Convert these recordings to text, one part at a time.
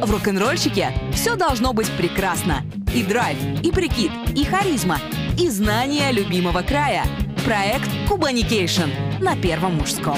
В рок-н-ролльщике все должно быть прекрасно. И драйв, и прикид, и харизма, и знание любимого края. Проект Кубаникейшн на Первом мужском.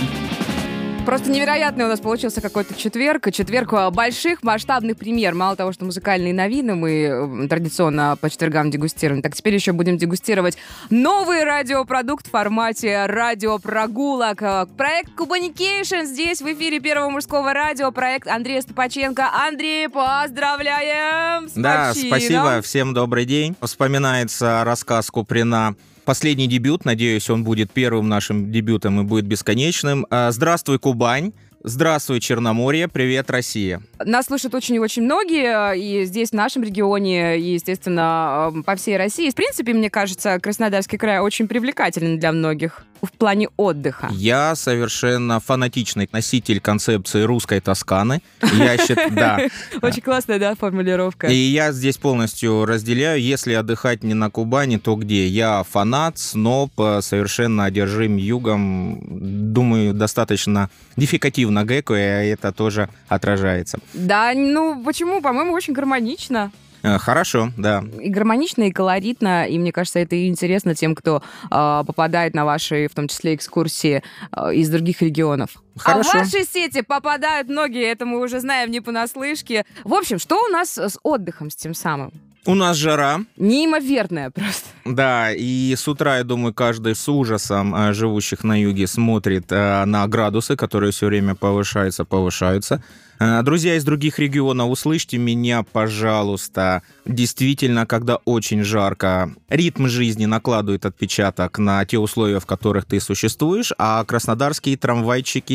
Просто невероятный у нас получился какой-то четверг. Четверг больших, масштабных премьер. Мало того, что музыкальные новины мы традиционно по четвергам дегустируем, так теперь еще будем дегустировать новый радиопродукт в формате радиопрогулок. Проект Кубаникейшн здесь в эфире Первого мужского радио. Проект Андрея Ступаченко. Андрей, поздравляем! Да, спасибо. Всем добрый день. Вспоминается рассказ Куприна. Последний дебют, надеюсь, он будет первым нашим дебютом и будет бесконечным. Здравствуй, Кубань! Здравствуй, Черноморье! Привет, Россия! Нас слушают очень и очень многие, и здесь, в нашем регионе, и, естественно, по всей России. В принципе, мне кажется, Краснодарский край очень привлекателен для многих в плане отдыха. Я совершенно фанатичный носитель концепции русской Тосканы. Я считаю, да. Очень классная, да, формулировка. И я здесь полностью разделяю. Если отдыхать не на Кубани, то где? Я фанат, сноб, совершенно одержим югом. Думаю, достаточно дефекативно гэку, и это тоже отражается. Да, ну почему? По-моему, очень гармонично. Хорошо, да. И гармонично, и колоритно, и мне кажется, это и интересно тем, кто попадает на ваши, в том числе, экскурсии из других регионов. Хорошо. А в ваши сети попадают многие, это мы уже знаем не понаслышке. В общем, что у нас с отдыхом, с тем самым? У нас жара. Неимоверная просто. Да, и с утра, я думаю, каждый с ужасом живущих на юге смотрит на градусы, которые все время повышаются. Друзья из других регионов, услышьте меня, пожалуйста. Действительно, когда очень жарко, ритм жизни накладывает отпечаток на те условия, в которых ты существуешь, а краснодарские трамвайчики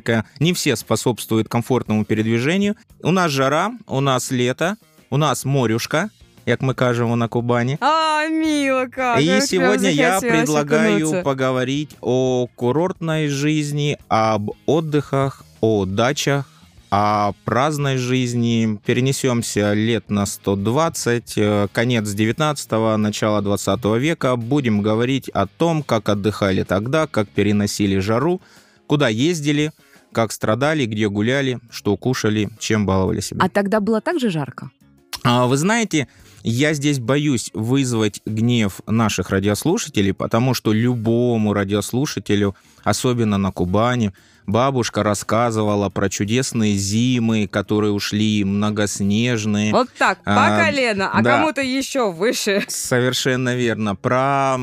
не все способствуют комфортному передвижению. У нас жара, у нас лето, у нас морюшка, як мы кажем на Кубани. Мило как! И сегодня я предлагаю поговорить о курортной жизни, об отдыхах, о дачах, о праздной жизни. Перенесемся лет на 120, конец 19-го, начало 20 века. Будем говорить о том, как отдыхали тогда, как переносили жару, куда ездили, как страдали, где гуляли, что кушали, чем баловали себя. А тогда было так же жарко? Вы знаете, я здесь боюсь вызвать гнев наших радиослушателей, потому что любому радиослушателю, особенно на Кубани, бабушка рассказывала про чудесные зимы, которые ушли, многоснежные. Вот так, по колено, а да, кому-то еще выше. Совершенно верно. Про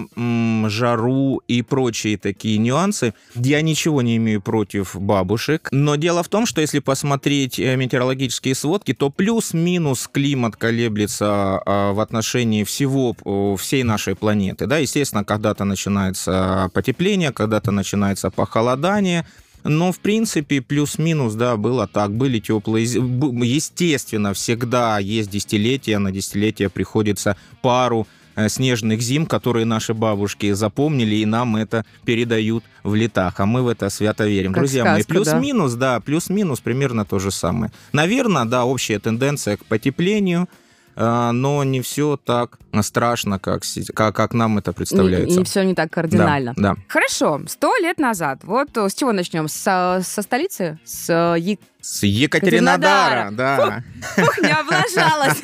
жару и прочие такие нюансы. Я ничего не имею против бабушек, но дело в том, что если посмотреть метеорологические сводки, то плюс-минус климат колеблется в отношении всей нашей планеты. Да, естественно, когда-то начинается потепление, когда-то начинается похолодание. Но, в принципе, плюс-минус, да, было так. Были теплые... Естественно, всегда есть десятилетия. На десятилетия приходится пару снежных зим, которые наши бабушки запомнили, и нам это передают в летах. А мы в это свято верим. Как Друзья сказка, мои, плюс-минус, да, плюс-минус примерно то же самое. Наверное, да, общая тенденция к потеплению, но не все так страшно, как нам это представляется. Не все не так кардинально. Да. Хорошо, 100 лет назад. Вот с чего начнем? Со столицы? С Екатеринодара, да. Фух, не облажалась.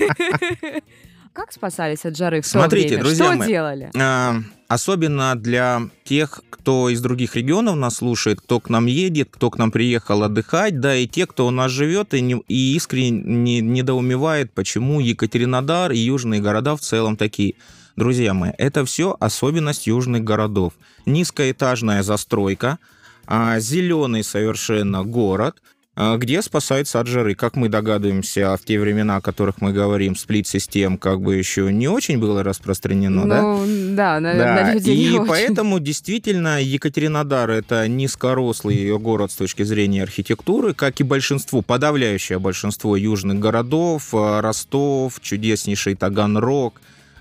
Как спасались от жары в то Смотрите, время? друзья Что мои, делали? Особенно для тех, кто из других регионов нас слушает, кто к нам едет, кто к нам приехал отдыхать, да, и те, кто у нас живет и искренне недоумевает, почему Екатеринодар и южные города в целом такие. Друзья мои, это все особенность южных городов. Низкоэтажная застройка, зеленый совершенно город, где спасаются от жары. Как мы догадываемся, в те времена, о которых мы говорим, сплит-систем как бы еще не очень было распространено, да? На людей и не очень. поэтому действительно Екатеринодар — это низкорослый город с точки зрения архитектуры, как и подавляющее большинство южных городов. Ростов, чудеснейший Таганрог,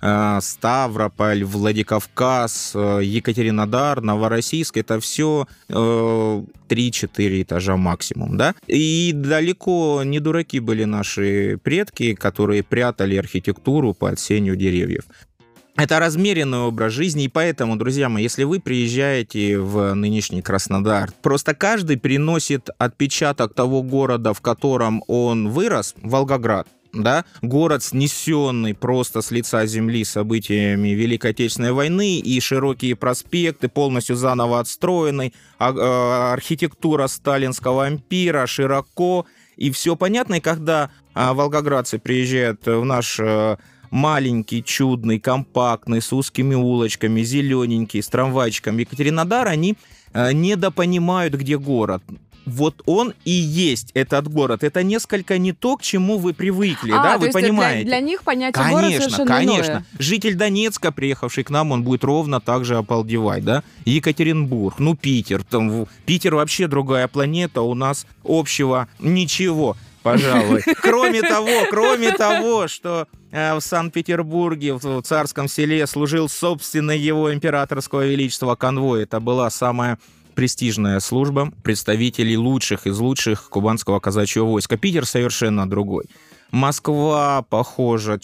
Ставрополь, Владикавказ, Екатеринодар, Новороссийск — это все 3-4 этажа максимум, да? И далеко не дураки были наши предки, которые прятали архитектуру под сенью деревьев. Это размеренный образ жизни, и поэтому, друзья мои, если вы приезжаете в нынешний Краснодар, просто каждый приносит отпечаток того города, в котором он вырос, Волгоград. Да? Город, снесенный просто с лица земли событиями Великой Отечественной войны, и широкие проспекты, полностью заново отстроенный, архитектура сталинского ампира, широко, и все понятно. И когда волгоградцы приезжают в наш маленький, чудный, компактный, с узкими улочками, зелененький, с трамвайчиком Екатеринодар, они недопонимают, где город. Вот он и есть этот город. Это несколько не то, к чему вы привыкли, да, вы понимаете? Для них понятие города совершенно иное. Конечно. Житель Донецка, приехавший к нам, он будет ровно так же обалдевать, да? Екатеринбург, Питер. Питер вообще другая планета, у нас общего ничего, пожалуй. Кроме того, что в Санкт-Петербурге, в Царском селе служил собственный его императорского величества конвой. Это была самая престижная служба представителей лучших из лучших кубанского казачьего войска. Питер совершенно другой. Москва похожа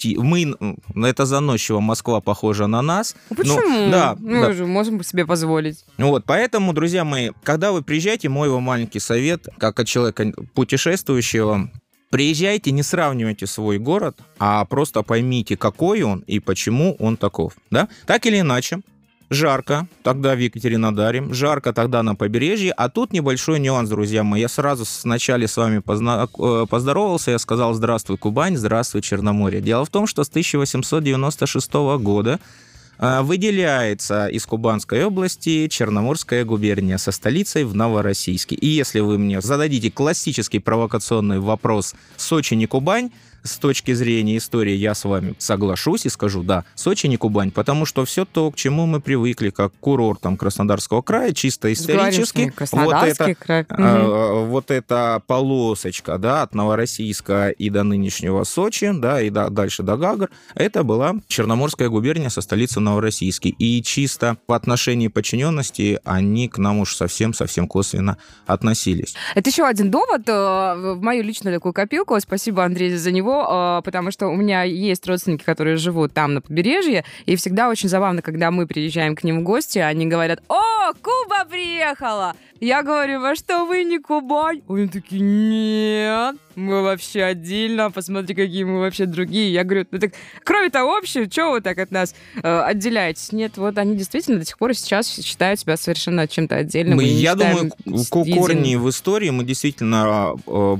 это заносчиво, Москва похожа на нас. Почему? Да. Мы же можем себе позволить. Вот, поэтому, друзья мои, когда вы приезжаете, мой вам маленький совет, как от человека путешествующего, приезжайте, не сравнивайте свой город, а просто поймите, какой он и почему он таков. Да? Так или иначе, жарко тогда в Екатеринодаре, жарко тогда на побережье, а тут небольшой нюанс, друзья мои. Я сразу вначале с вами поздоровался, я сказал: здравствуй, Кубань, здравствуй, Черноморье. Дело в том, что с 1896 года выделяется из Кубанской области Черноморская губерния со столицей в Новороссийске. И если вы мне зададите классический провокационный вопрос «Сочи не Кубань?», с точки зрения истории я с вами соглашусь и скажу: да, Сочи не Кубань, потому что все то, к чему мы привыкли, как курортом Краснодарского края, чисто исторически, вот эта полосочка, да, от Новороссийска и до нынешнего Сочи, да, и дальше до Гагр, это была Черноморская губерния со столицей в Новороссийске. И чисто по отношению подчиненности они к нам уж совсем косвенно относились. Это еще один довод в мою личную такую копилку. Спасибо, Андрей, за него. Потому что у меня есть родственники, которые живут там на побережье, и всегда очень забавно, когда мы приезжаем к ним в гости, они говорят: «О, Куба приехала!» Я говорю: «А что, вы не Кубань?» Они такие: «Нет, мы вообще отдельно, посмотри, какие мы вообще другие». Я говорю: «Ну так, кроме того общего, чего вы так от нас отделяетесь?» Нет, вот они действительно до сих пор сейчас считают себя совершенно чем-то отдельным. Я думаю, корни в истории мы действительно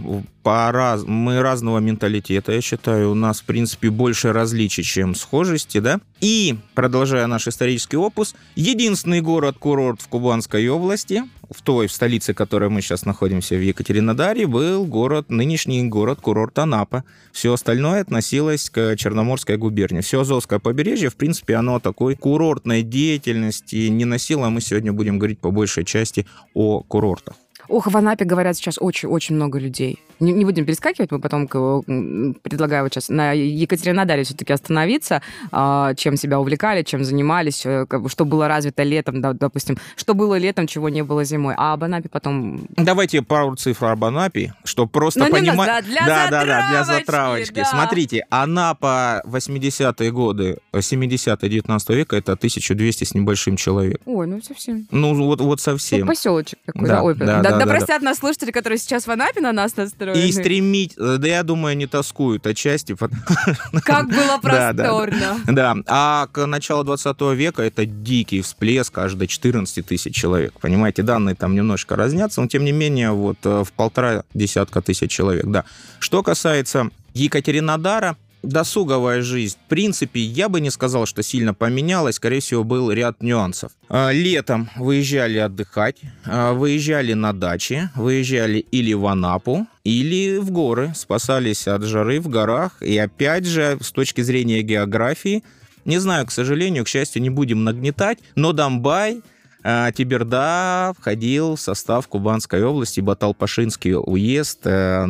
мы разного менталитета, я считаю. У нас, в принципе, больше различий, чем схожести, да? И, продолжая наш исторический опус, единственный город-курорт в Кубанской области, в столице, в которой мы сейчас находимся, в Екатеринодаре, был нынешний город-курорт Анапа. Все остальное относилось к Черноморской губернии. Все Азовское побережье, в принципе, оно такой курортной деятельности не носило. Мы сегодня будем говорить по большей части о курортах. Ох, в Анапе, говорят, сейчас очень-очень много людей. Не будем перескакивать, мы потом предлагаю вот сейчас на Екатеринодаре все-таки остановиться, чем себя увлекали, чем занимались, что было развито летом, допустим, что было летом, чего не было зимой. А об Анапе потом... Давайте пару цифр об Анапе, чтобы просто понимать... Для затравочки. Да. Смотрите, Анапа 80-е годы, 70-е 19 века, это 1200 с небольшим человек. Ой, ну совсем. Ну вот совсем. Ну, поселочек такой, да? Ой, да, простят нас слушатели, которые сейчас в Анапе на нас настроены. И я думаю, не тоскуют отчасти. Как было просторно. Да, а к началу 20 века это дикий всплеск аж до 14 тысяч человек. Понимаете, данные там немножко разнятся, но тем не менее вот в 1,5 тысячи человек, да. Что касается Екатеринодара, досуговая жизнь, в принципе, я бы не сказал, что сильно поменялась. Скорее всего, был ряд нюансов. Летом выезжали отдыхать, выезжали на дачи, выезжали или в Анапу, или в горы, спасались от жары в горах. И опять же, с точки зрения географии, не знаю, к сожалению, к счастью, не будем нагнетать, но Домбай, Теберда входил в состав Кубанской области, Баталпашинский уезд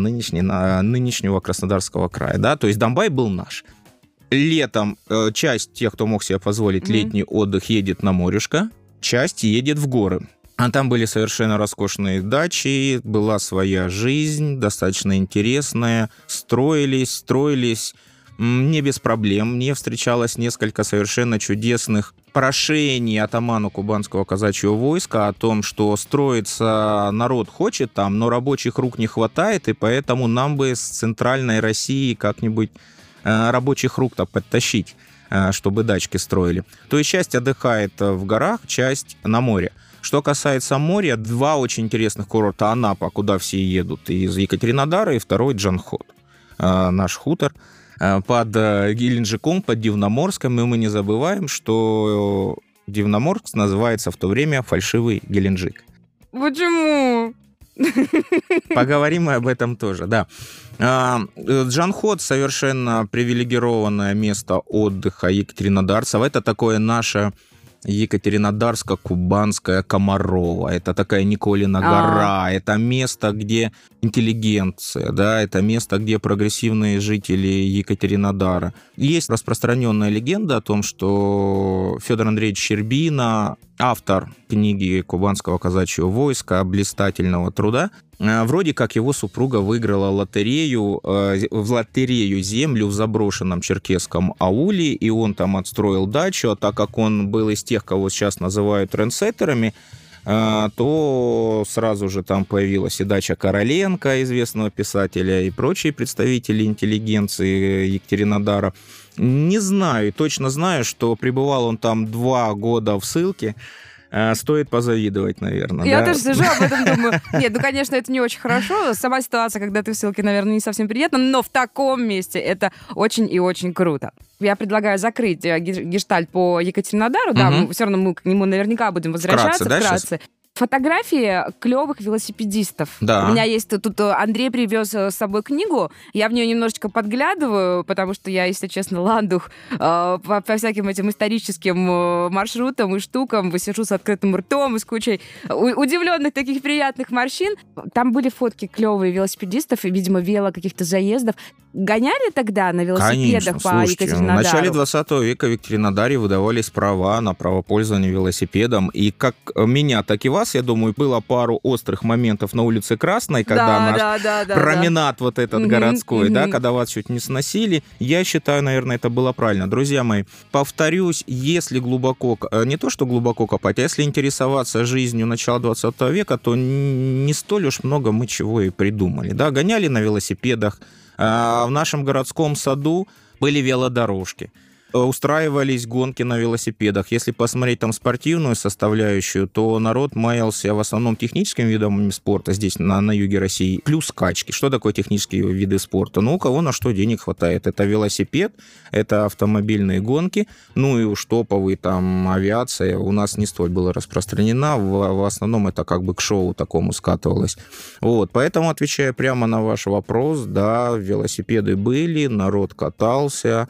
нынешнего Краснодарского края. Да? То есть Домбай был наш. Летом часть тех, кто мог себе позволить летний отдых, едет на морюшко, часть едет в горы. А там были совершенно роскошные дачи, была своя жизнь, достаточно интересная. Строились не без проблем. Мне встречалось несколько совершенно чудесных прошений атаману кубанского казачьего войска о том, что строиться народ хочет там, но рабочих рук не хватает, и поэтому нам бы с центральной России как-нибудь рабочих рук-то подтащить, чтобы дачки строили. То есть часть отдыхает в горах, часть на море. Что касается моря, 2 очень интересных курорта. Анапа, куда все едут из Екатеринодара, и второй Джанхот, наш хутор под Геленджиком, под Дивноморском. И мы не забываем, что Дивноморск называется в то время фальшивый Геленджик. Почему? Поговорим мы об этом тоже, да. Джанхот — совершенно привилегированное место отдыха екатеринодарцев. Это такое наше Екатеринодарско-Кубанская Комарова. Это такая Николина гора. Это место, где интеллигенция, да, это место, где прогрессивные жители Екатеринодара. Есть распространенная легенда о том, что Федор Андреевич Щербина, автор книги Кубанского казачьего войска, блистательного труда, вроде как его супруга выиграла в лотерею землю в заброшенном черкесском ауле, и он там отстроил дачу, а так как он был из тех, кого сейчас называют трендсеттерами, то сразу же там появилась и дача Короленко, известного писателя, и прочие представители интеллигенции Екатеринодара. Не знаю, точно знаю, что пребывал он там 2 года в ссылке. Стоит позавидовать, наверное. Я да? тоже сижу, об этом думаю. Нет, ну, конечно, это не очень хорошо. Сама ситуация, когда ты в ссылке, наверное, не совсем приятна, но в таком месте это очень и очень круто. Я предлагаю закрыть гештальт по Екатеринодару. Да, все равно мы к нему наверняка будем возвращаться вкратце. Фотографии клевых велосипедистов. Да. У меня есть тут Андрей привез с собой книгу. Я в нее немножечко подглядываю, потому что я, если честно, ландух по всяким этим историческим маршрутам и штукам. Высижу с открытым ртом и с кучей удивленных таких приятных морщин. Там были фотки клевые велосипедистов и, видимо, каких-то заездов. Гоняли тогда на велосипедах? Конечно, по слушайте, Екатеринодару? в начале 20 века в Екатеринодаре выдавались права на право пользования велосипедом. И как меня, так и вас, я думаю, было пару острых моментов на улице Красной, когда наш променад вот этот городской, да, когда вас чуть не сносили. Я считаю, наверное, это было правильно. Друзья мои, повторюсь, если глубоко, не то что глубоко копать, а если интересоваться жизнью начала 20 века, то не столь уж много мы чего и придумали. Да, гоняли на велосипедах. В нашем городском саду были велодорожки. Устраивались гонки на велосипедах. Если посмотреть там спортивную составляющую, то народ маялся в основном техническими видами спорта здесь, на юге России, плюс скачки. Что такое технические виды спорта? Ну, у кого на что денег хватает. Это велосипед, это автомобильные гонки, ну и уж топовые там авиация у нас не столь была распространена. В основном это как бы к шоу такому скатывалось. Вот, поэтому, отвечая прямо на ваш вопрос, да, велосипеды были, народ катался,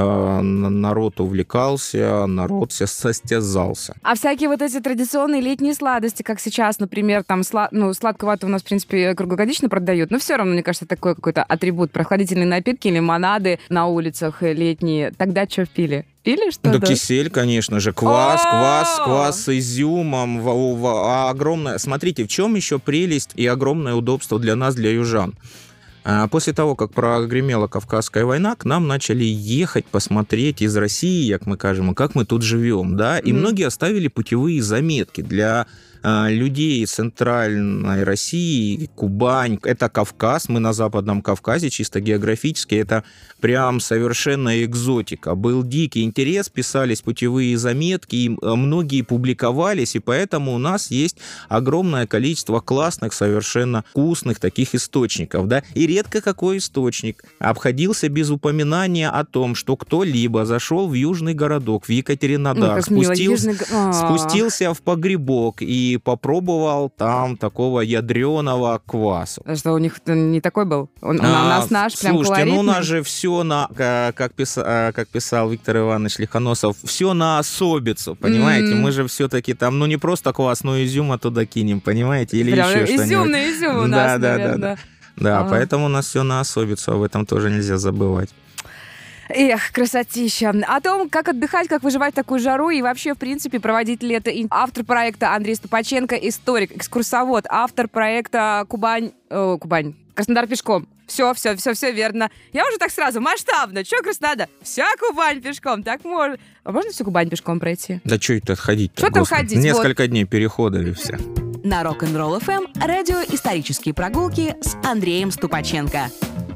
народ увлекался, народ состязался. А всякие вот эти традиционные летние сладости, как сейчас, например, там сладковато у нас, в принципе, круглогодично продают, но все равно, мне кажется, такой какой-то атрибут. Прохладительные напитки, лимонады на улицах летние. Тогда что пили? Пили что-то? Да, кисель, конечно же, квас с изюмом. Огромное. Смотрите, в чем еще прелесть и огромное удобство для нас, для южан. После того, как прогремела Кавказская война, к нам начали ехать посмотреть из России, как мы кажем, как мы тут живем, да, и многие оставили путевые заметки для людей центральной России, Кубань, это Кавказ, мы на Западном Кавказе, чисто географически, это прям совершенно экзотика. Был дикий интерес, писались путевые заметки, и многие публиковались, и поэтому у нас есть огромное количество классных, совершенно вкусных таких источников, да, и редко какой источник обходился без упоминания о том, что кто-либо зашел в южный городок, в Екатеринодар, спустился в погребок и попробовал там такого ядреного кваса. Что у них не такой был? У нас наш прям слушайте, колоритный. Ну у нас же все как писал Виктор Иванович Лихоносов, все на особицу, понимаете? Мы же все-таки там, не просто квас, но изюм оттуда кинем, понимаете? Или прям еще что-нибудь. Изюм на изюм у нас, наверное. Да, поэтому у нас все на особицу, об этом тоже нельзя забывать. Эх, красотища. О том, как отдыхать, как выживать в такую жару и вообще, в принципе, проводить лето. Автор проекта Андрей Ступаченко, историк, экскурсовод, автор проекта Краснодар пешком. Все верно. Я уже так сразу, масштабно. Че Краснодар? Вся Кубань пешком, так можно. А можно всю Кубань пешком пройти? Да что это ходить-то? Что там ходить? Несколько дней перехода и все. На Rock'n'Roll FM радиоисторические прогулки с Андреем Ступаченко.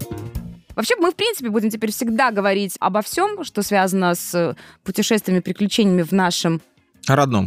Вообще, мы, в принципе, будем теперь всегда говорить обо всем, что связано с путешествиями, приключениями в нашем Родном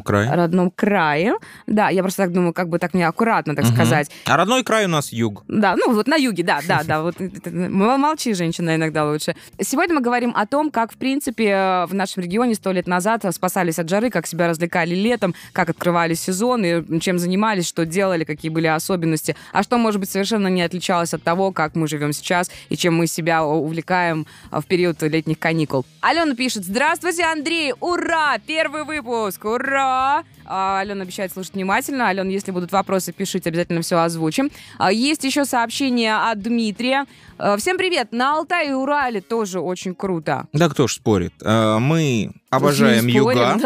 крае. Да, я просто так думаю, как бы так мне аккуратно, так сказать. А родной край у нас юг. Да, ну вот на юге, да. Вот, молчи, женщина, иногда лучше. Сегодня мы говорим о том, как, в принципе, в нашем регионе 100 лет назад спасались от жары, как себя развлекали летом, как открывали сезоны, чем занимались, что делали, какие были особенности, а что, может быть, совершенно не отличалось от того, как мы живем сейчас и чем мы себя увлекаем в период летних каникул. Алена пишет: здравствуйте, Андрей, ура, первый выпуск! Ура! Алена обещает слушать внимательно. Алена, если будут вопросы, пишите, обязательно все озвучим. Есть еще сообщение от Дмитрия. Всем привет! На Алтае и Урале тоже очень круто. Да кто ж спорит. Мы обожаем юга.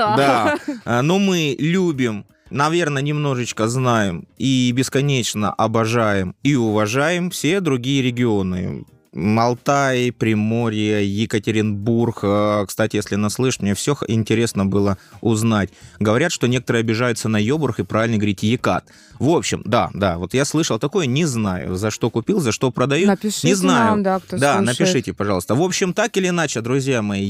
Да. Но мы любим, наверное, немножечко знаем и бесконечно обожаем и уважаем все другие регионы. Алтай, Приморье, Екатеринбург. Кстати, если нас слышишь, мне все интересно было узнать. Говорят, что некоторые обижаются на Йобург и правильно говорить Екат. В общем, да, вот я слышал такое, не знаю, за что купил, за что продаю. Напишите не знаю. Нам, да, кто да, слушает. Напишите, пожалуйста. В общем, так или иначе, друзья мои,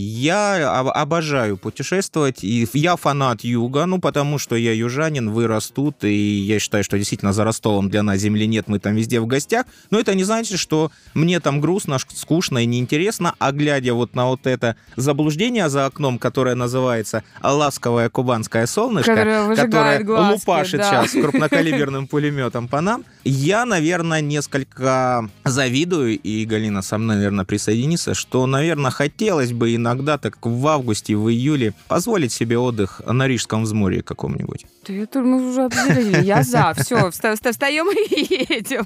я обожаю путешествовать, и я фанат юга, потому что я южанин, вырос тут, и я считаю, что действительно за Ростовом для нас земли нет, мы там везде в гостях, но это не значит, что мне там грустно, скучно и неинтересно, а глядя вот на вот это заблуждение за окном, которое называется ласковое кубанское солнышко, которое глазки, лупашит сейчас крупнокалиберным пулеметом по нам, я, наверное, несколько завидую, и Галина со мной, наверное, присоединится, что, наверное, хотелось бы иногда так в августе, в июле позволить себе отдых на Рижском взморье каком-нибудь. Это мы уже определили. Я за. Все, встаем и едем.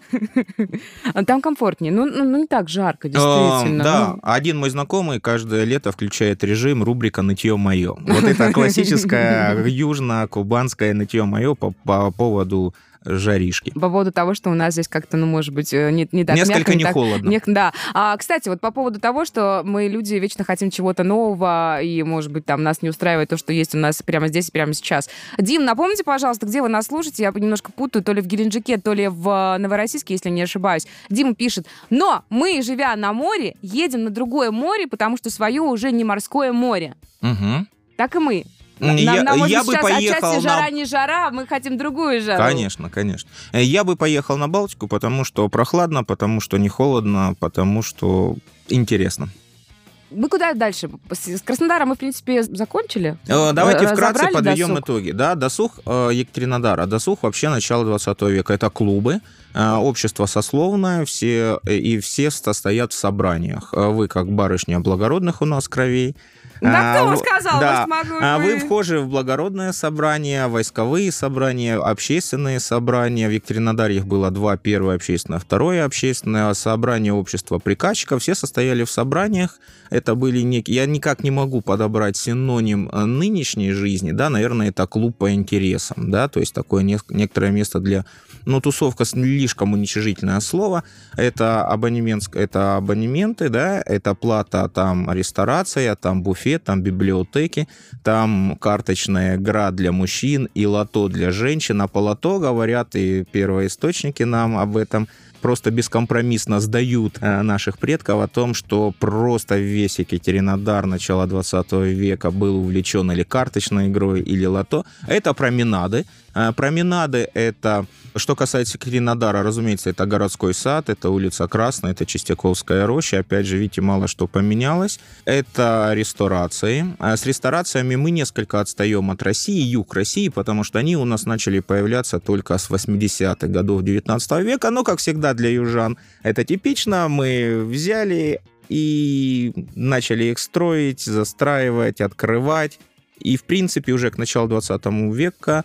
Там комфортнее. Ну, не так жарко, действительно. Да, один мой знакомый каждое лето включает режим рубрика «Нытье мое». Вот это классическое южно-кубанское нытье мое по поводу жаришки. По поводу того, что у нас здесь как-то, может быть, не так несколько мягко, не холодно. Да. Кстати, вот по поводу того, что мы, люди, вечно хотим чего-то нового, и, может быть, там нас не устраивает то, что есть у нас прямо здесь и прямо сейчас. Дим, напомните, пожалуйста, где вы нас слушаете? Я немножко путаю, то ли в Геленджике, то ли в Новороссийске, если не ошибаюсь. Дима пишет: но мы, живя на море, едем на другое море, потому что свое уже не морское море. Угу. Так и мы. Я бы сейчас поехал отчасти жара не жара, мы хотим другую жару. Конечно. Я бы поехал на Балтику, потому что прохладно, потому что не холодно, потому что интересно. Мы куда дальше? С Краснодаром мы, в принципе, закончили? Давайте вкратце подведем досуг? итоги. Да, досуг Екатеринодара. Досуг вообще начала 20 века. Это клубы, общество сословное, все состоят в собраниях. Вы, как барышня благородных у нас кровей. Да кто вам сказал? Да. Может, могу Вы вхожи в благородное собрание, войсковые собрания, общественные собрания. В Екатеринодаре их было 2. Первое общественное, второе общественное. Собрание общества приказчиков. Все состояли в собраниях. Это были некие... Я никак не могу подобрать синоним нынешней жизни. Да, наверное, это клуб по интересам. Да, то есть такое некоторое место для... тусовка слишком уничижительное слово. Это абонементы, да, это плата, там ресторация, там буфет, там библиотеки, там карточная игра для мужчин и лото для женщин. А по лото, говорят, и первоисточники нам об этом просто бескомпромиссно сдают наших предков о том, что просто весь Екатеринодар начала 20 века был увлечен или карточной игрой, или лото. Это променады. Променады — это, что касается Екатеринодара, разумеется, это городской сад, это улица Красная, это Чистяковская роща. Опять же, видите, мало что поменялось. Это ресторации. С ресторациями мы несколько отстаем от России, юг России, потому что они у нас начали появляться только с 80-х годов 19 века. Но, как всегда, для южан это типично. Мы взяли и начали их строить, застраивать, открывать. И, в принципе, уже к началу 20 века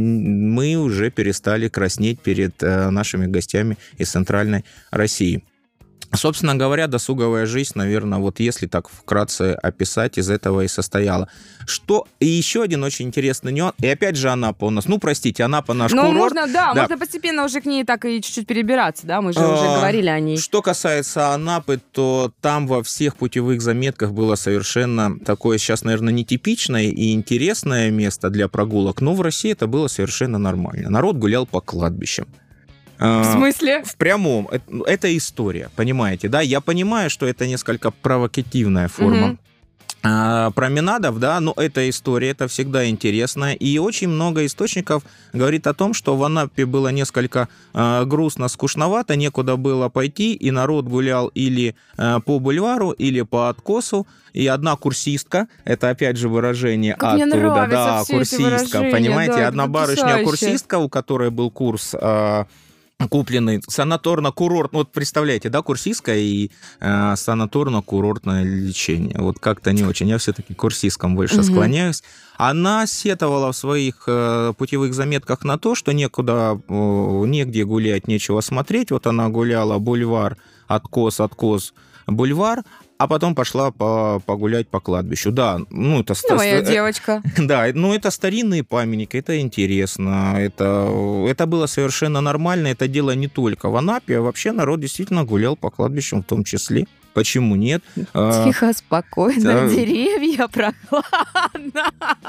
мы уже перестали краснеть перед нашими гостями из Центральной России. Собственно говоря, досуговая жизнь, наверное, вот если так вкратце описать, из этого и состояла. Что и еще один очень интересный нюанс, и опять же Анапа у нас, простите, Анапа наш курорт. Можно постепенно уже к ней так и чуть-чуть перебираться, да, мы же уже говорили о ней. Что касается Анапы, то там во всех путевых заметках было совершенно такое сейчас, наверное, нетипичное и интересное место для прогулок, но в России это было совершенно нормально. Народ гулял по кладбищам. В смысле? В прямом. Это история, понимаете, да? Я понимаю, что это несколько провокативная форма променадов, да, но это история, это всегда интересно. И очень много источников говорит о том, что в Анапе было несколько грустно, скучновато, некуда было пойти, и народ гулял или по бульвару, или по откосу. И одна курсистка, это опять же выражение как оттуда, мне нравится, да, курсистка, понимаете, да, одна барышня-курсистка, у которой был курс купленный санаторно-курорт, вот представляете, да, курсистское и санаторно-курортное лечение. Вот как-то не очень. Я все-таки к курсисткам больше склоняюсь. Она сетовала в своих путевых заметках на то, что негде гулять, нечего смотреть. Вот она гуляла бульвар, откос, бульвар, а потом пошла погулять по кладбищу. Да, это... моя девочка. Да, это старинные памятники, это интересно, это было совершенно нормально, это дело не только в Анапе, а вообще народ действительно гулял по кладбищам в том числе. Почему нет? Тихо, спокойно, деревья, прохладно.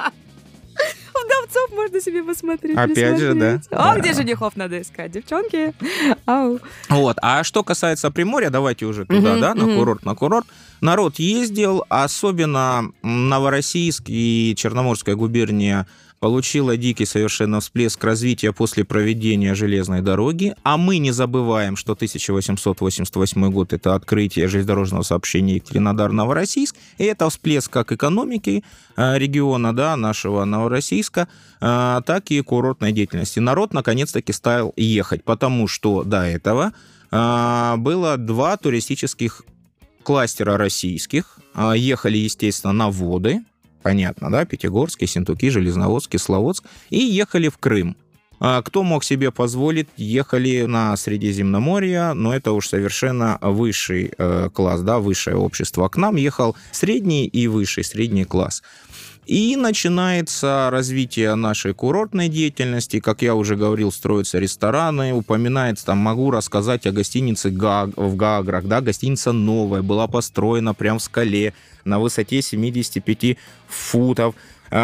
Вдовцов можно себе посмотреть. Опять же, да. Где женихов надо искать, девчонки? Ау. Вот. А что касается Приморья, давайте уже туда, на курорт. Народ ездил, особенно Новороссийск и Черноморская губерния получила дикий совершенно всплеск развития после проведения железной дороги. А мы не забываем, что 1888 год — это открытие железнодорожного сообщения Екатеринодар-Новороссийск. И это всплеск как экономики региона, да, нашего Новороссийска, так и курортной деятельности. Народ наконец-таки стал ехать, потому что до этого было 2 туристических кластера российских. Ехали, естественно, на воды, понятно, да, Пятигорский, Синтуки, Железноводский, Славутск, и ехали в Крым. Кто мог себе позволить, ехали на Средиземноморье, но это уж совершенно высший класс, да, высшее общество. А к нам ехал средний и высший, средний класс. И начинается развитие нашей курортной деятельности. Как я уже говорил, строятся рестораны, упоминается, могу рассказать о гостинице в Гаграх. Да, гостиница новая, была построена прямо в скале на высоте 75 футов.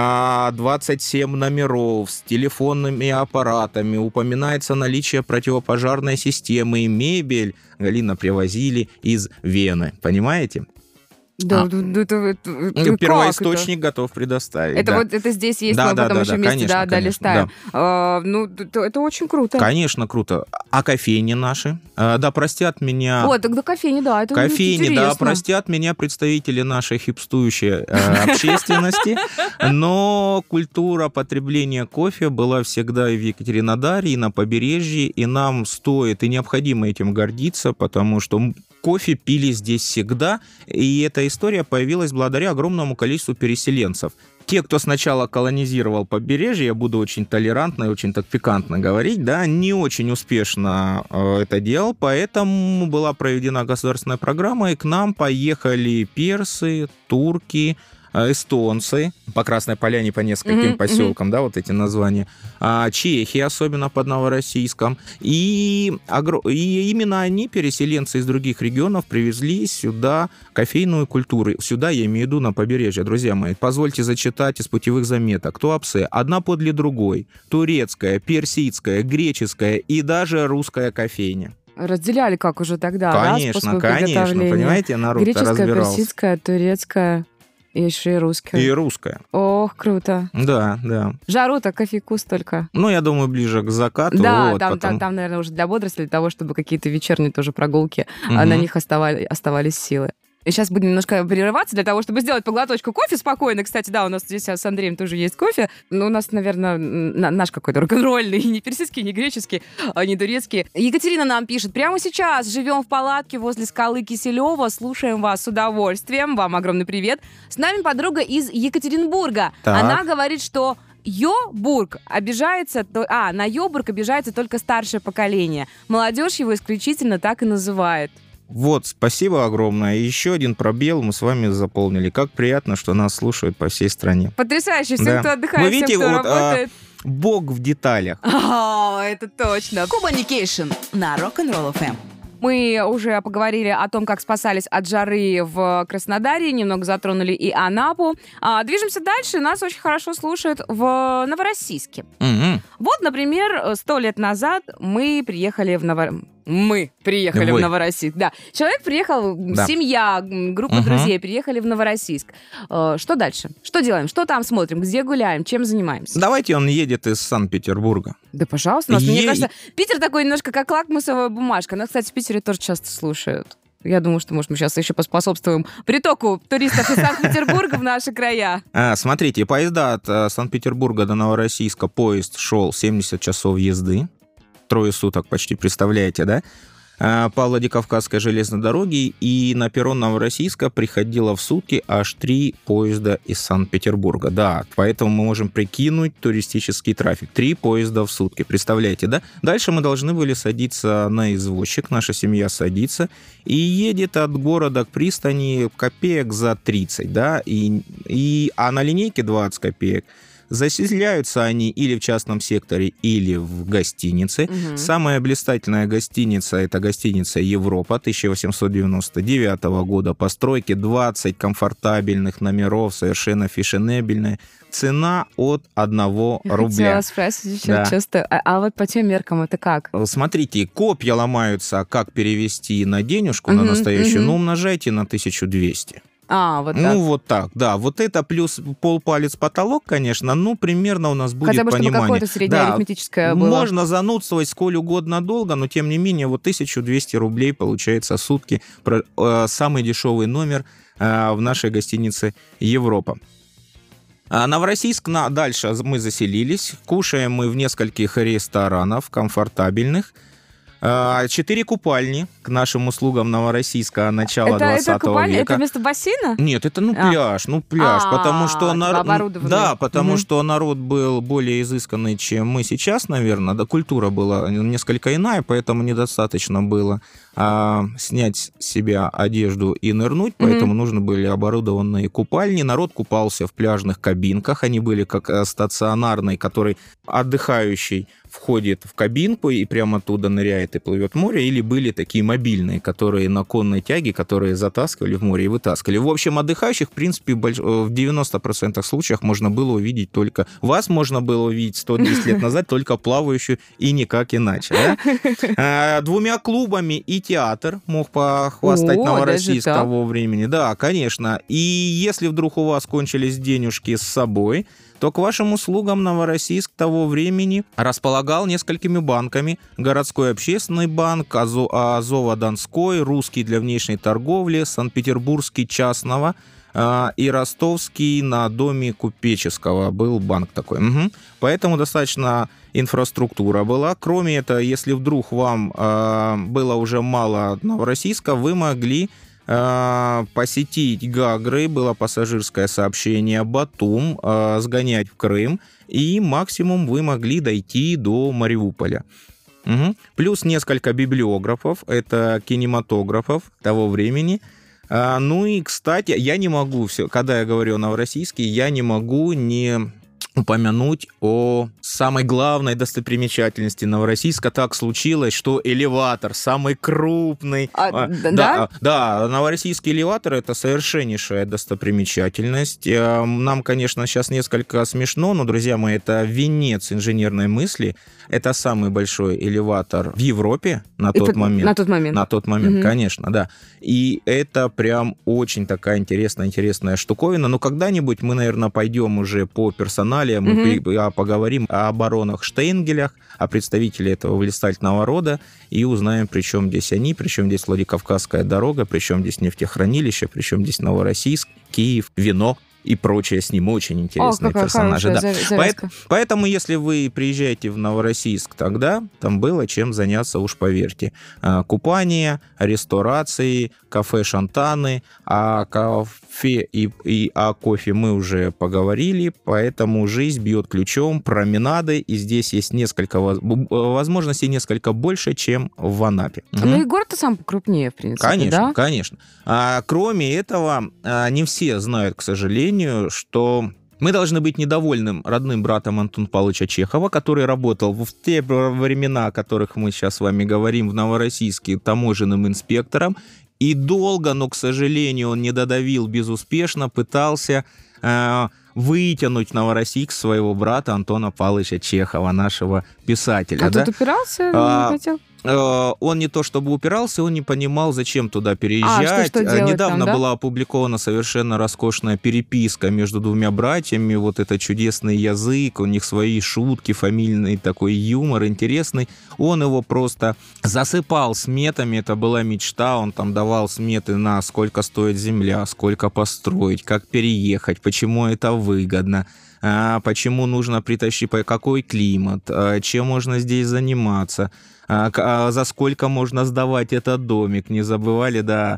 27 номеров с телефонными аппаратами. Упоминается наличие противопожарной системы и мебель. Галина, привозили из Вены. Понимаете? Да, первоисточник готов предоставить. Это вот это здесь есть, мы потом еще вместе долистаем. Это очень круто. Конечно, круто. А кофейни наши? Да, простят меня... Тогда кофейни, да, это кофейни, интересно. Да, простят меня представители нашей хипстующей общественности, но культура потребления кофе была всегда и в Екатеринодаре, и на побережье, и нам стоит и необходимо этим гордиться, потому что кофе пили здесь всегда, и эта история появилась благодаря огромному количеству переселенцев. Те, кто сначала колонизировал побережье, я буду очень толерантно и очень так пикантно говорить, да, не очень успешно это делал, поэтому была проведена государственная программа, и к нам поехали персы, турки, эстонцы, по Красной Поляне, по нескольким поселкам, да, вот эти названия, чехи, особенно под Новороссийском, и именно они, переселенцы из других регионов, привезли сюда кофейную культуру. Сюда, я имею в виду, на побережье, друзья мои. Позвольте зачитать из путевых заметок. Туапсе, одна подле другой, турецкая, персидская, греческая и даже русская кофейня. Разделяли как уже тогда, конечно, да, способы приготовления? Понимаете, народ разбирался. Греческая, персидская, турецкая. И еще и русская. И русская. Ох, круто. Да, да. Жару-то кофейку столько. Я думаю, ближе к закату. Да, там, наверное, уже для бодрости, для того, чтобы какие-то вечерние тоже прогулки, на них оставались силы. И сейчас будем немножко прерываться для того, чтобы сделать поглоточку кофе спокойно. Кстати, да, у нас здесь с Андреем тоже есть кофе. Но у нас, наверное, наш какой-то рок-н-ролльный, не персидский, не греческий, не турецкий. Екатерина нам пишет: прямо сейчас живем в палатке возле скалы Киселева. Слушаем вас с удовольствием. Вам огромный привет. С нами подруга из Екатеринбурга. Так. Она говорит, что Йобург обижается... на Йобург обижается только старшее поколение. Молодежь его исключительно так и называет. Вот, спасибо огромное. И еще один пробел мы с вами заполнили. Как приятно, что нас слушают по всей стране. Потрясающе. Всем, Да. кто отдыхает, Вы видите, всем, кто вот, работает. Бог в деталях. Это точно. Кубаникейшн на Rock'n'Roll FM. Мы уже поговорили о том, как спасались от жары в Краснодаре, немного затронули и Анапу. Движемся дальше. Нас очень хорошо слушают в Новороссийске. Мгм. Вот, например, 100 лет назад мы приехали в в Новороссийск. Да. Человек приехал, Да. семья, группа Мгм. друзей приехали в Новороссийск. Что дальше? Что делаем? Что там смотрим? Где гуляем? Чем занимаемся? Давайте он едет из Санкт-Петербурга. Да, пожалуйста. Мне Ей- кажется, Питер такой немножко как лакмусовая бумажка. Нас, кстати, в Питере тоже часто слушают. Я думаю, что, может, мы сейчас еще поспособствуем притоку туристов из Санкт-Петербурга в наши края. Смотрите, поезда от Санкт-Петербурга до Новороссийска, поезд шел 70 часов езды. 3 суток почти, представляете, да? По Владикавказской железной дороге, и на перрон Новороссийска приходило в сутки аж 3 поезда из Санкт-Петербурга. Да, поэтому мы можем прикинуть туристический трафик. 3 поезда в сутки, представляете, да? Дальше мы должны были садиться на извозчик, наша семья садится, и едет от города к пристани копеек за 30, да? А на линейке 20 копеек. Заселяются они или в частном секторе, или в гостинице. Мгм. Самая блистательная гостиница — это гостиница «Европа» 1899 года постройки, 20 комфортабельных номеров, совершенно фешенебельные. Цена от 1 Я рубля. хотела спросить еще Да. часто, а вот по тем меркам это как? Смотрите, копья ломаются, как перевести на денежку, на Мгм, настоящую, мгм. ну, умножайте на 1200. Вот так. Ну, вот так, да. Вот это плюс полпалец потолок, конечно, ну, примерно у нас будет Хотя бы, чтобы понимание. какое-то среднее Да, арифметическое было. можно занудствовать сколь угодно долго, но, тем не менее, вот 1200 рублей получается в сутки. Самый дешевый номер в нашей гостинице «Европа». Новороссийск, дальше мы заселились. Кушаем мы в нескольких ресторанах комфортабельных. 4 купальни к нашим услугам Новороссийска начала 20 это купальня? века. Это вместо бассейна? Нет, это пляж, потому что оборудованный. да, потому Мгм. что народ был более изысканный, чем мы сейчас, наверное, да, культура была несколько иная, поэтому недостаточно было снять с себя одежду и нырнуть, поэтому нужны были оборудованные купальни. Народ купался в пляжных кабинках, они были как стационарные, который отдыхающий входит в кабинку и прямо оттуда ныряет и плывет в море, или были такие мобильные, которые на конной тяге, которые затаскивали в море и вытаскивали. В общем, отдыхающих, в принципе, в 90% случаев можно было увидеть только... Вас можно было увидеть 110 лет назад только плавающую и никак иначе. Да? 2 клубами и театр мог похвастать О, Новороссийск даже так? того времени. Да, конечно. И если вдруг у вас кончились денежки с собой, то к вашим услугам Новороссийск того времени располагал несколькими банками. Городской общественный банк, Азово-Донской, Русский для внешней торговли, Санкт-Петербургский частного и Ростовский на доме купеческого был банк такой. Угу. Поэтому достаточно инфраструктура была. Кроме этого, если вдруг вам было уже мало Новороссийска, вы могли посетить Гагры, было пассажирское сообщение, Батум, сгонять в Крым, и максимум вы могли дойти до Мариуполя. Угу. Плюс несколько библиографов, это кинематографов того времени. Ну и, кстати, я не могу, когда я говорю о Новороссийске, я не могу не упомянуть о самой главной достопримечательности Новороссийска. Так случилось, что элеватор самый крупный. Да? Да, Новороссийский элеватор — это совершеннейшая достопримечательность. Нам, конечно, сейчас несколько смешно, но, друзья мои, это венец инженерной мысли. Это самый большой элеватор в Европе на тот момент. На тот момент. На тот момент, конечно, да. И это прям очень такая интересная штуковина. Но когда-нибудь мы, наверное, пойдем уже по персоналиям, мы поговорим о баронах Штейнгелях, о представителях этого блистательного рода, и узнаем, при чем здесь они, при чем здесь Владикавказская дорога, при чем здесь нефтехранилище, при чем здесь Новороссийск, Киев, вино и прочее с ним. Очень интересные персонажи. Да. Поэтому, если вы приезжаете в Новороссийск тогда, там было чем заняться, уж поверьте. Купание, ресторации, кафе «Шантаны», о кафе и о кофе мы уже поговорили, поэтому жизнь бьет ключом, променады, и здесь есть несколько возможностей, несколько больше, чем в Анапе. Ну и город-то сам крупнее, в принципе, конечно, да? Конечно. Кроме этого, не все знают, к сожалению, что мы должны быть недовольным родным братом Антона Павловича Чехова, который работал в те времена, о которых мы сейчас с вами говорим, в Новороссийске таможенным инспектором. И долго, но, к сожалению, он не додавил безуспешно, пытался вытянуть Новороссийск своего брата Антона Павловича Чехова, нашего писателя. А тут упирался, не хотел? Он не то чтобы упирался, он не понимал, зачем туда переезжать. Что Недавно там, да? была опубликована совершенно роскошная переписка между двумя братьями. Вот это чудесный язык, у них свои шутки, фамильный такой юмор интересный. Он его просто засыпал сметами, это была мечта. Он там давал сметы на сколько стоит земля, сколько построить, как переехать, почему это выгодно. Почему нужно притащить, какой климат, чем можно здесь заниматься, за сколько можно сдавать этот домик. Не забывали, да,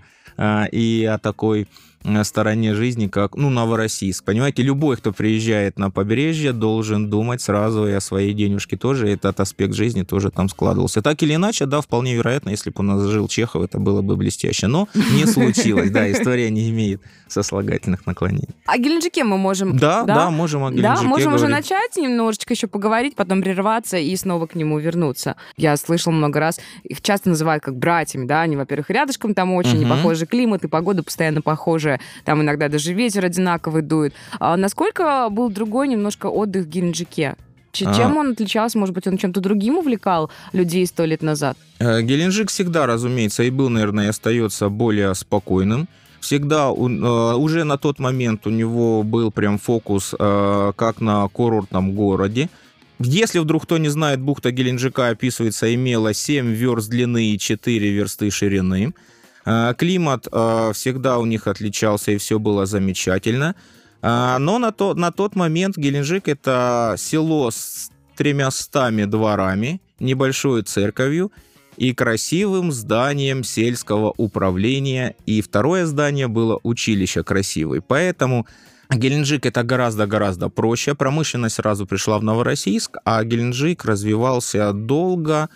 и о такой стороне жизни, как, Новороссийск. Понимаете, любой, кто приезжает на побережье, должен думать сразу и о своей денежке тоже. Этот аспект жизни тоже там складывался. Так или иначе, да, вполне вероятно, если бы у нас жил Чехов, это было бы блестяще. Но не случилось, да, история не имеет сослагательных наклонений. О Геленджике мы можем... Да, можем о Геленджике Да, можем говорить. уже начать немножечко еще поговорить, потом прерваться и снова к нему вернуться. Я слышала много раз, их часто называют как братьями, да, они, во-первых, рядышком там очень непохожий климат, и погода постоянно похожая, там иногда даже ветер одинаковый дует. А насколько был другой немножко отдых в Геленджике? Чем он отличался? Может быть, он чем-то другим увлекал людей 100 лет назад? Геленджик всегда, разумеется, и был, наверное, и остается более спокойным. Всегда уже на тот момент у него был прям фокус как на курортном городе. Если вдруг кто не знает, бухта Геленджика, описывается, имела 7 верст длины и 4 версты ширины. Климат всегда у них отличался, и все было замечательно. Но на тот момент Геленджик — это село с 300 дворами, небольшой церковью и красивым зданием сельского управления. И второе здание было училище красивое. Поэтому Геленджик — это гораздо-гораздо проще. Промышленность сразу пришла в Новороссийск, а Геленджик развивался долго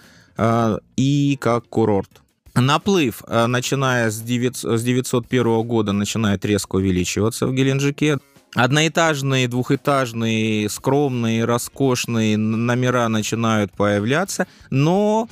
и как курорт. Наплыв, начиная с 901 года, начинает резко увеличиваться в Геленджике. Одноэтажные, двухэтажные, скромные, роскошные номера начинают появляться, но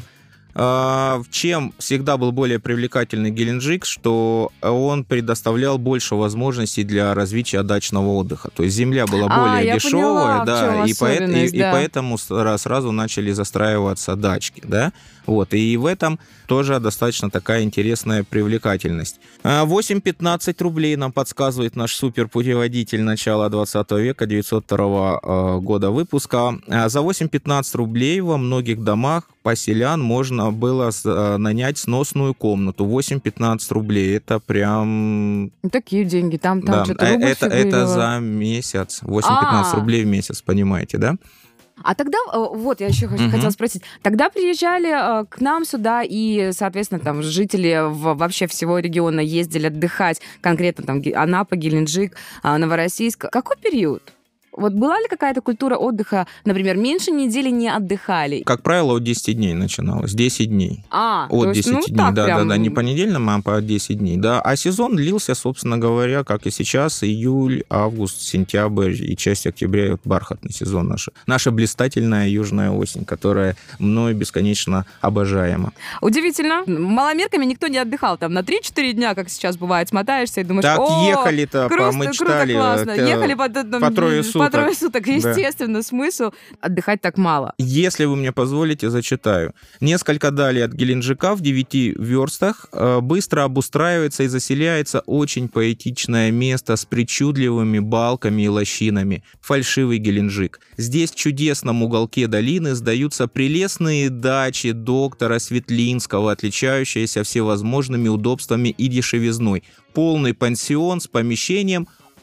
чем всегда был более привлекательный Геленджик, что он предоставлял больше возможностей для развития дачного отдыха. То есть земля была более дешевая, да, и поэтому сразу начали застраиваться дачки, да. Вот, и в этом тоже достаточно такая интересная привлекательность. 8-15 рублей нам подсказывает наш суперпутеводитель начала 20 века, 902 года выпуска. За 8-15 рублей во многих домах поселян можно было нанять сносную комнату. 8-15 рублей, это прям... Такие деньги, там да, что-то это за месяц, 8-15 рублей в месяц, понимаете, да? А тогда, вот, я еще хотела спросить, тогда приезжали к нам сюда, и, соответственно, там жители вообще всего региона ездили отдыхать, конкретно там Анапа, Геленджик, Новороссийск. Какой период? Вот была ли какая-то культура отдыха, например, меньше недели не отдыхали? Как правило, от 10 дней начиналось. 10 дней. От 10 есть, дней, да, прям... не понедельно, а по 10 дней. Да. А сезон длился, собственно говоря, как и сейчас, июль, август, сентябрь и часть октября. Вот бархатный сезон наш. Наша блистательная южная осень, которая мною бесконечно обожаема. Удивительно. Маломерками никто не отдыхал. Там на 3-4 дня, как сейчас бывает, смотаешься и думаешь, так ехали-то, помечтали. Круто, классно. Ехали по 3 суток. По 3 суток, естественно, да. Смысл отдыхать так мало. Если вы мне позволите, зачитаю. Несколько далее от Геленджика в 9 верстах быстро обустраивается и заселяется очень поэтичное место с причудливыми балками и лощинами. Фальшивый Геленджик. Здесь в чудесном уголке долины сдаются прелестные дачи доктора Светлинского, отличающиеся всевозможными удобствами и дешевизной. Полный пансион с помещением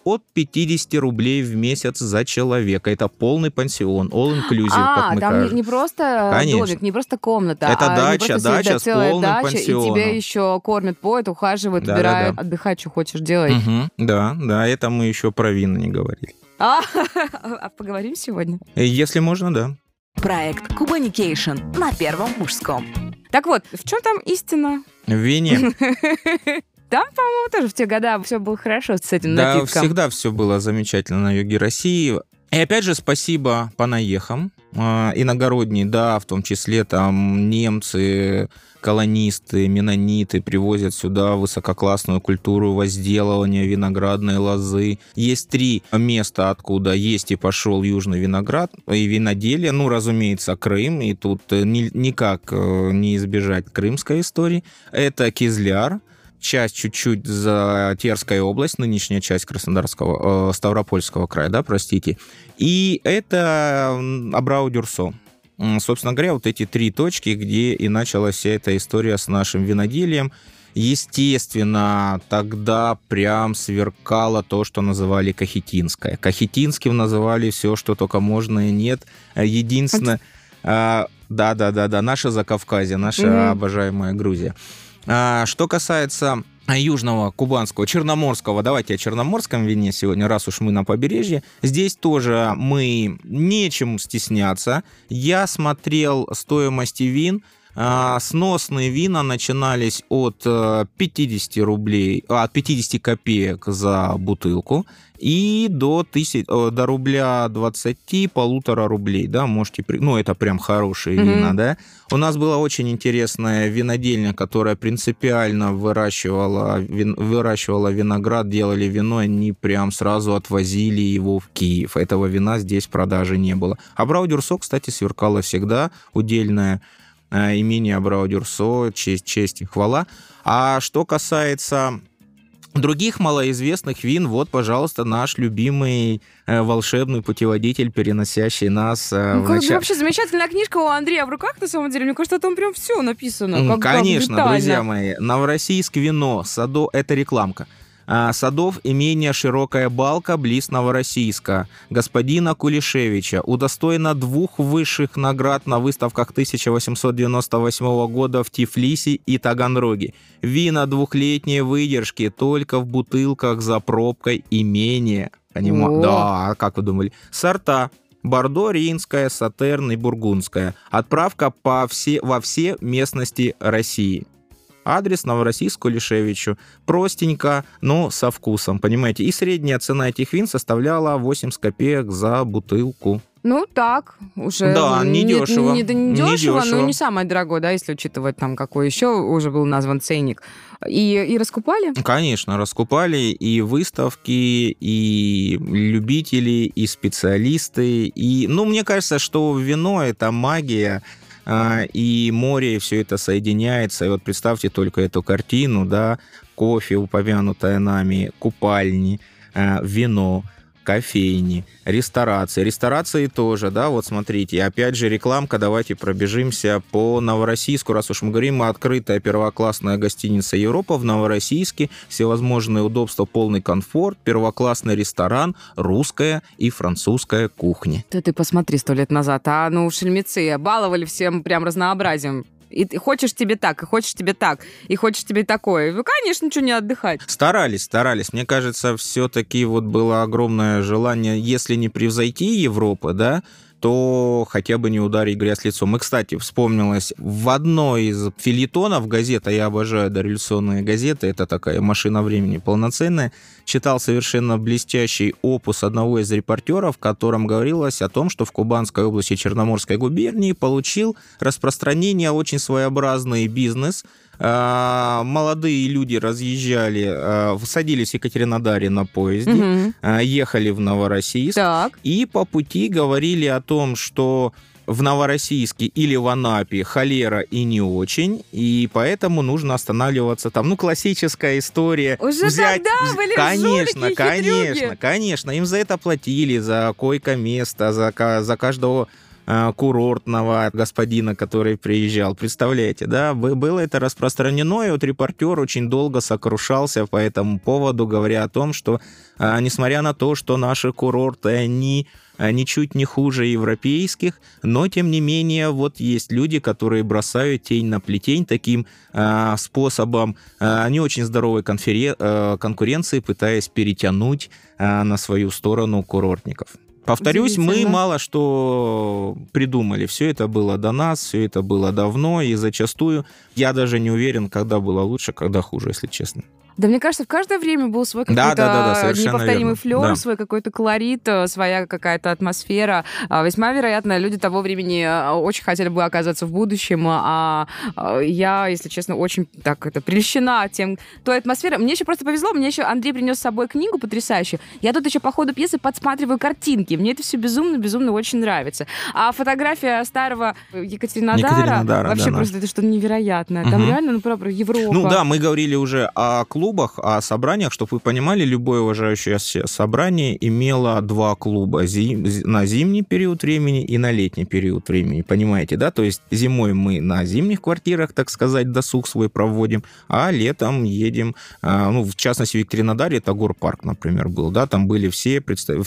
от 50 рублей в месяц за человека. Это полный пансион, all-inclusive, как мы там кажем. не просто Конечно. домик, не просто комната, Это а дача, дача с целая полным дача, пансионом. и тебя еще кормят, поют, ухаживают, Да, убирают, да. отдыхать, что хочешь делать. Да, это мы еще про вина не говорили. А поговорим сегодня? Если можно, да. Проект Cubanikation на Первом мужском. Так вот, в чем там истина? В вине. Там, по-моему, тоже в те годы все было хорошо с этим Да, напитком. всегда все было замечательно на юге России. И опять же, спасибо панаехам, иногородние, да, в том числе там немцы, колонисты, меннониты привозят сюда высококлассную культуру возделывания виноградной лозы. Есть 3 места, откуда есть и пошел южный виноград и виноделие. Ну, разумеется, Крым, и тут никак не избежать крымской истории. Это Кизляр, часть чуть-чуть за Терская область, нынешняя часть Краснодарского, Ставропольского края, да, простите. И это Абрау-Дюрсо. Собственно говоря, вот эти 3 точки, где и началась вся эта история с нашим виноделием. Естественно, тогда прям сверкало то, что называли кахетинское. Кахетинским называли все, что только можно и нет. Единственное... Да, наша Закавказье, наша обожаемая Грузия. Что касается южного, кубанского, черноморского, давайте о черноморском вине сегодня, раз уж мы на побережье. Здесь тоже мы нечем стесняться. Я смотрел стоимости вин. Сносные вина начинались от 50 рублей, от 50 копеек за бутылку и до рубля 20, 1,5 рублей, да, можете, ну, это прям хорошие вина, да. У нас была очень интересная винодельня, которая принципиально выращивала виноград, делали вино, они прям сразу отвозили его в Киев. Этого вина здесь в продаже не было. Абрау-Дюрсо, кстати, сверкало всегда, удельное имение Абрау-Дюрсо, честь и хвала. А что касается других малоизвестных вин, вот, пожалуйста, наш любимый волшебный путеводитель, переносящий нас в начало. Вообще замечательная книжка у Андрея в руках, на самом деле. Мне кажется, там прям все написано. Конечно, друзья мои. Новороссийск вино, это рекламка. Садов имения «Широкая балка» близ Новороссийска. Господина Кулишевича. Удостоена 2 высших наград на выставках 1898 года в Тифлисе и Таганроге. Вина 2-летней выдержки, только в бутылках за пробкой имения. Да, как вы думали? Сорта: Бордо, Рейнская, Сатерн и Бургундская. Отправка во все местности России. Адрес: Новороссийск, Кулишевичу. Простенько, но со вкусом, понимаете. И средняя цена этих вин составляла 80 копеек за бутылку. Ну, так, уже... Да, недешево. Не дешево, но не самое дорогое, да, если учитывать, там, какой еще уже был назван ценник. И раскупали? Конечно, раскупали и выставки, и любители, и специалисты. И, мне кажется, что вино — это магия, и море, и все это соединяется. И вот представьте только эту картину, да, кофе, упомянутое нами, купальни, вино, кофейни, ресторации. Ресторации тоже, да, вот смотрите. И опять же рекламка, давайте пробежимся по Новороссийску. Раз уж мы говорим, открытая первоклассная гостиница «Европа» в Новороссийске, всевозможные удобства, полный комфорт, первоклассный ресторан, русская и французская кухни. Ты посмотри 100 лет назад, шельмецы баловали всем прям разнообразием. И хочешь тебе так, и хочешь тебе так, и хочешь тебе такое. Ну, конечно, ничего не отдыхать. Старались. Мне кажется, все-таки вот было огромное желание, если не превзойти Европу, да, то хотя бы не ударить грязь лицом. И, кстати, вспомнилось, в одной из фельетонов газета, я обожаю дореволюционные газеты, это такая машина времени полноценная, читал совершенно блестящий опус одного из репортеров, в котором говорилось о том, что в Кубанской области Черноморской губернии получил распространение очень своеобразный бизнес. Молодые люди разъезжали, садились в Екатеринодаре на поезде, ехали в Новороссийск, и по пути говорили о том, что в Новороссийске или в Анапе холера и не очень, и поэтому нужно останавливаться там. Ну, классическая история. Уже тогда были жулики и хитрюги. Конечно. Им за это платили, за койко-место, за каждого курортного господина, который приезжал. Представляете, да? Было это распространено, и вот репортер очень долго сокрушался по этому поводу, говоря о том, что несмотря на то, что наши курорты, они ничуть не хуже европейских, но, тем не менее, вот есть люди, которые бросают тень на плетень таким способом не очень здоровой конкуренции, пытаясь перетянуть на свою сторону курортников. Повторюсь, мы мало что придумали. Все это было до нас, все это было давно, и зачастую я даже не уверен, когда было лучше, когда хуже, если честно. Да, мне кажется, в каждое время был свой какой-то неповторимый флёр, свой какой-то колорит, своя какая-то атмосфера. Весьма вероятно, люди того времени очень хотели бы оказаться в будущем, а я, если честно, очень прельщена той атмосферой. Мне еще просто повезло, мне еще Андрей принес с собой книгу потрясающую. Я тут еще по ходу пьесы подсматриваю картинки. Мне это все безумно очень нравится. А фотография старого Екатеринодара вообще просто это что-то невероятное. Там реально, правда, Европа. Ну да, мы говорили уже о клубах, о собраниях, чтобы вы понимали, любое уважающееся собрание имело 2 клуба на зимний период времени и на летний период времени, понимаете, да? То есть зимой мы на зимних квартирах, так сказать, досуг свой проводим, а летом едем, в частности, в Екатеринодаре это горпарк, например, был, да, там были все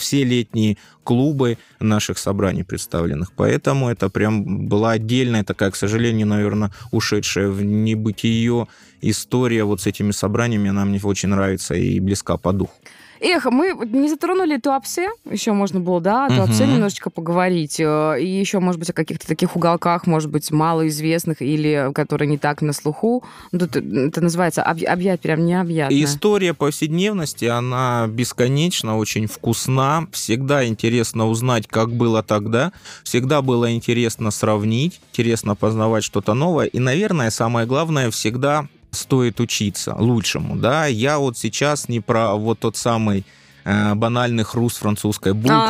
летние клубы наших собраний представленных, поэтому это прям была отдельная такая, к сожалению, наверное, ушедшая в небытие история вот с этими собраниями, она мне очень нравится и близка по духу. Эх, мы не затронули Туапсе, еще можно было, да, о Туапсе немножечко поговорить, и еще, может быть, о каких-то таких уголках, может быть, малоизвестных или которые не так на слуху. Тут это называется прям необъятно. История повседневности, она бесконечна, очень вкусна, всегда интересно узнать, как было тогда, всегда было интересно сравнить, интересно познавать что-то новое, и, наверное, самое главное, всегда стоит учиться лучшему, да. Я вот сейчас не про вот тот самый банальный хруст французской булки,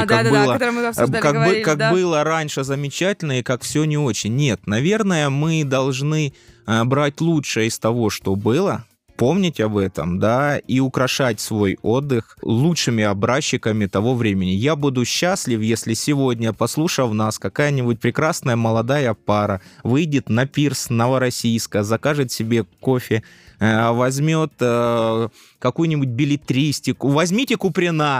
как было раньше замечательно и как все не очень. Нет, наверное, мы должны брать лучшее из того, что было, помнить об этом, да, и украшать свой отдых лучшими образчиками того времени. Я буду счастлив, если сегодня, послушав нас, какая-нибудь прекрасная молодая пара выйдет на пирс Новороссийска, закажет себе кофе, возьмет какую-нибудь беллетристику, возьмите Куприна,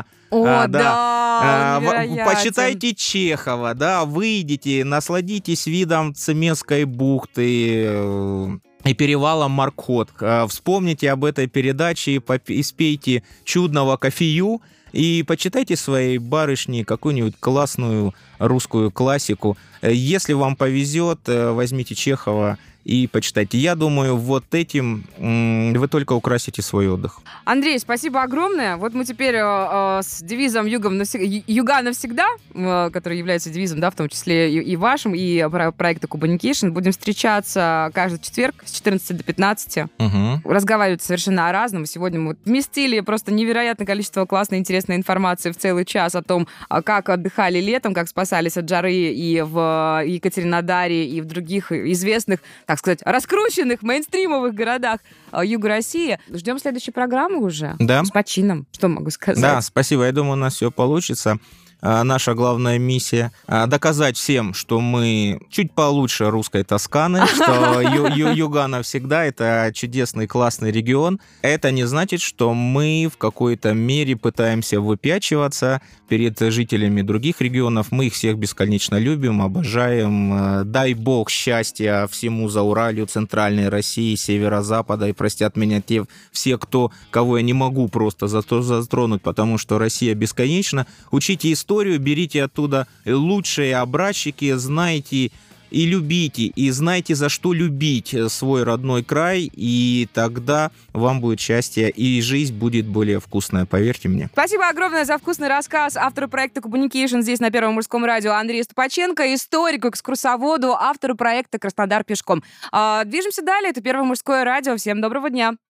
почитайте Чехова, да, выйдите, насладитесь видом Цемесской бухты и перевалом Маркхот. Вспомните об этой передаче и спейте чудного кофею и почитайте своей барышне какую-нибудь классную русскую классику. Если вам повезет, возьмите Чехова и почитайте. Я думаю, вот этим вы только украсите свой отдых. Андрей, спасибо огромное. Вот мы теперь с девизом «Юга навсегда», который является девизом, да, в том числе и вашим, и проекта Кубаникейшн, будем встречаться каждый четверг с 14 до 15. Разговаривать совершенно о разном. Сегодня мы вместили просто невероятное количество классной, интересной информации в целый час о том, как отдыхали летом, как спасались от жары и в Екатеринодаре, и в других известных, так сказать, раскрученных мейнстримовых городах Юга России. Ждем следующей программы уже. Да. С почином. Что могу сказать? Да, спасибо. Я думаю, у нас все получится. Наша главная миссия — доказать всем, что мы чуть получше русской Тосканы, что Юга навсегда — это чудесный, классный регион. Это не значит, что мы в какой-то мере пытаемся выпячиваться перед жителями других регионов. Мы их всех бесконечно любим, обожаем. Дай бог счастья всему Зауралью, Центральной России, Северо-Запада. И простят меня все, кого я не могу просто затронуть, потому что Россия бесконечна. Учите историю, берите оттуда лучшие образчики, знайте и любите, и знайте, за что любить свой родной край, и тогда вам будет счастье, и жизнь будет более вкусная, поверьте мне. Спасибо огромное за вкусный рассказ автору проекта Кубаникейшн здесь на Первом мужском радио Андрею Ступаченко, историку, экскурсоводу, автору проекта «Краснодар пешком». Движемся далее, это Первое мужское радио. Всем доброго дня.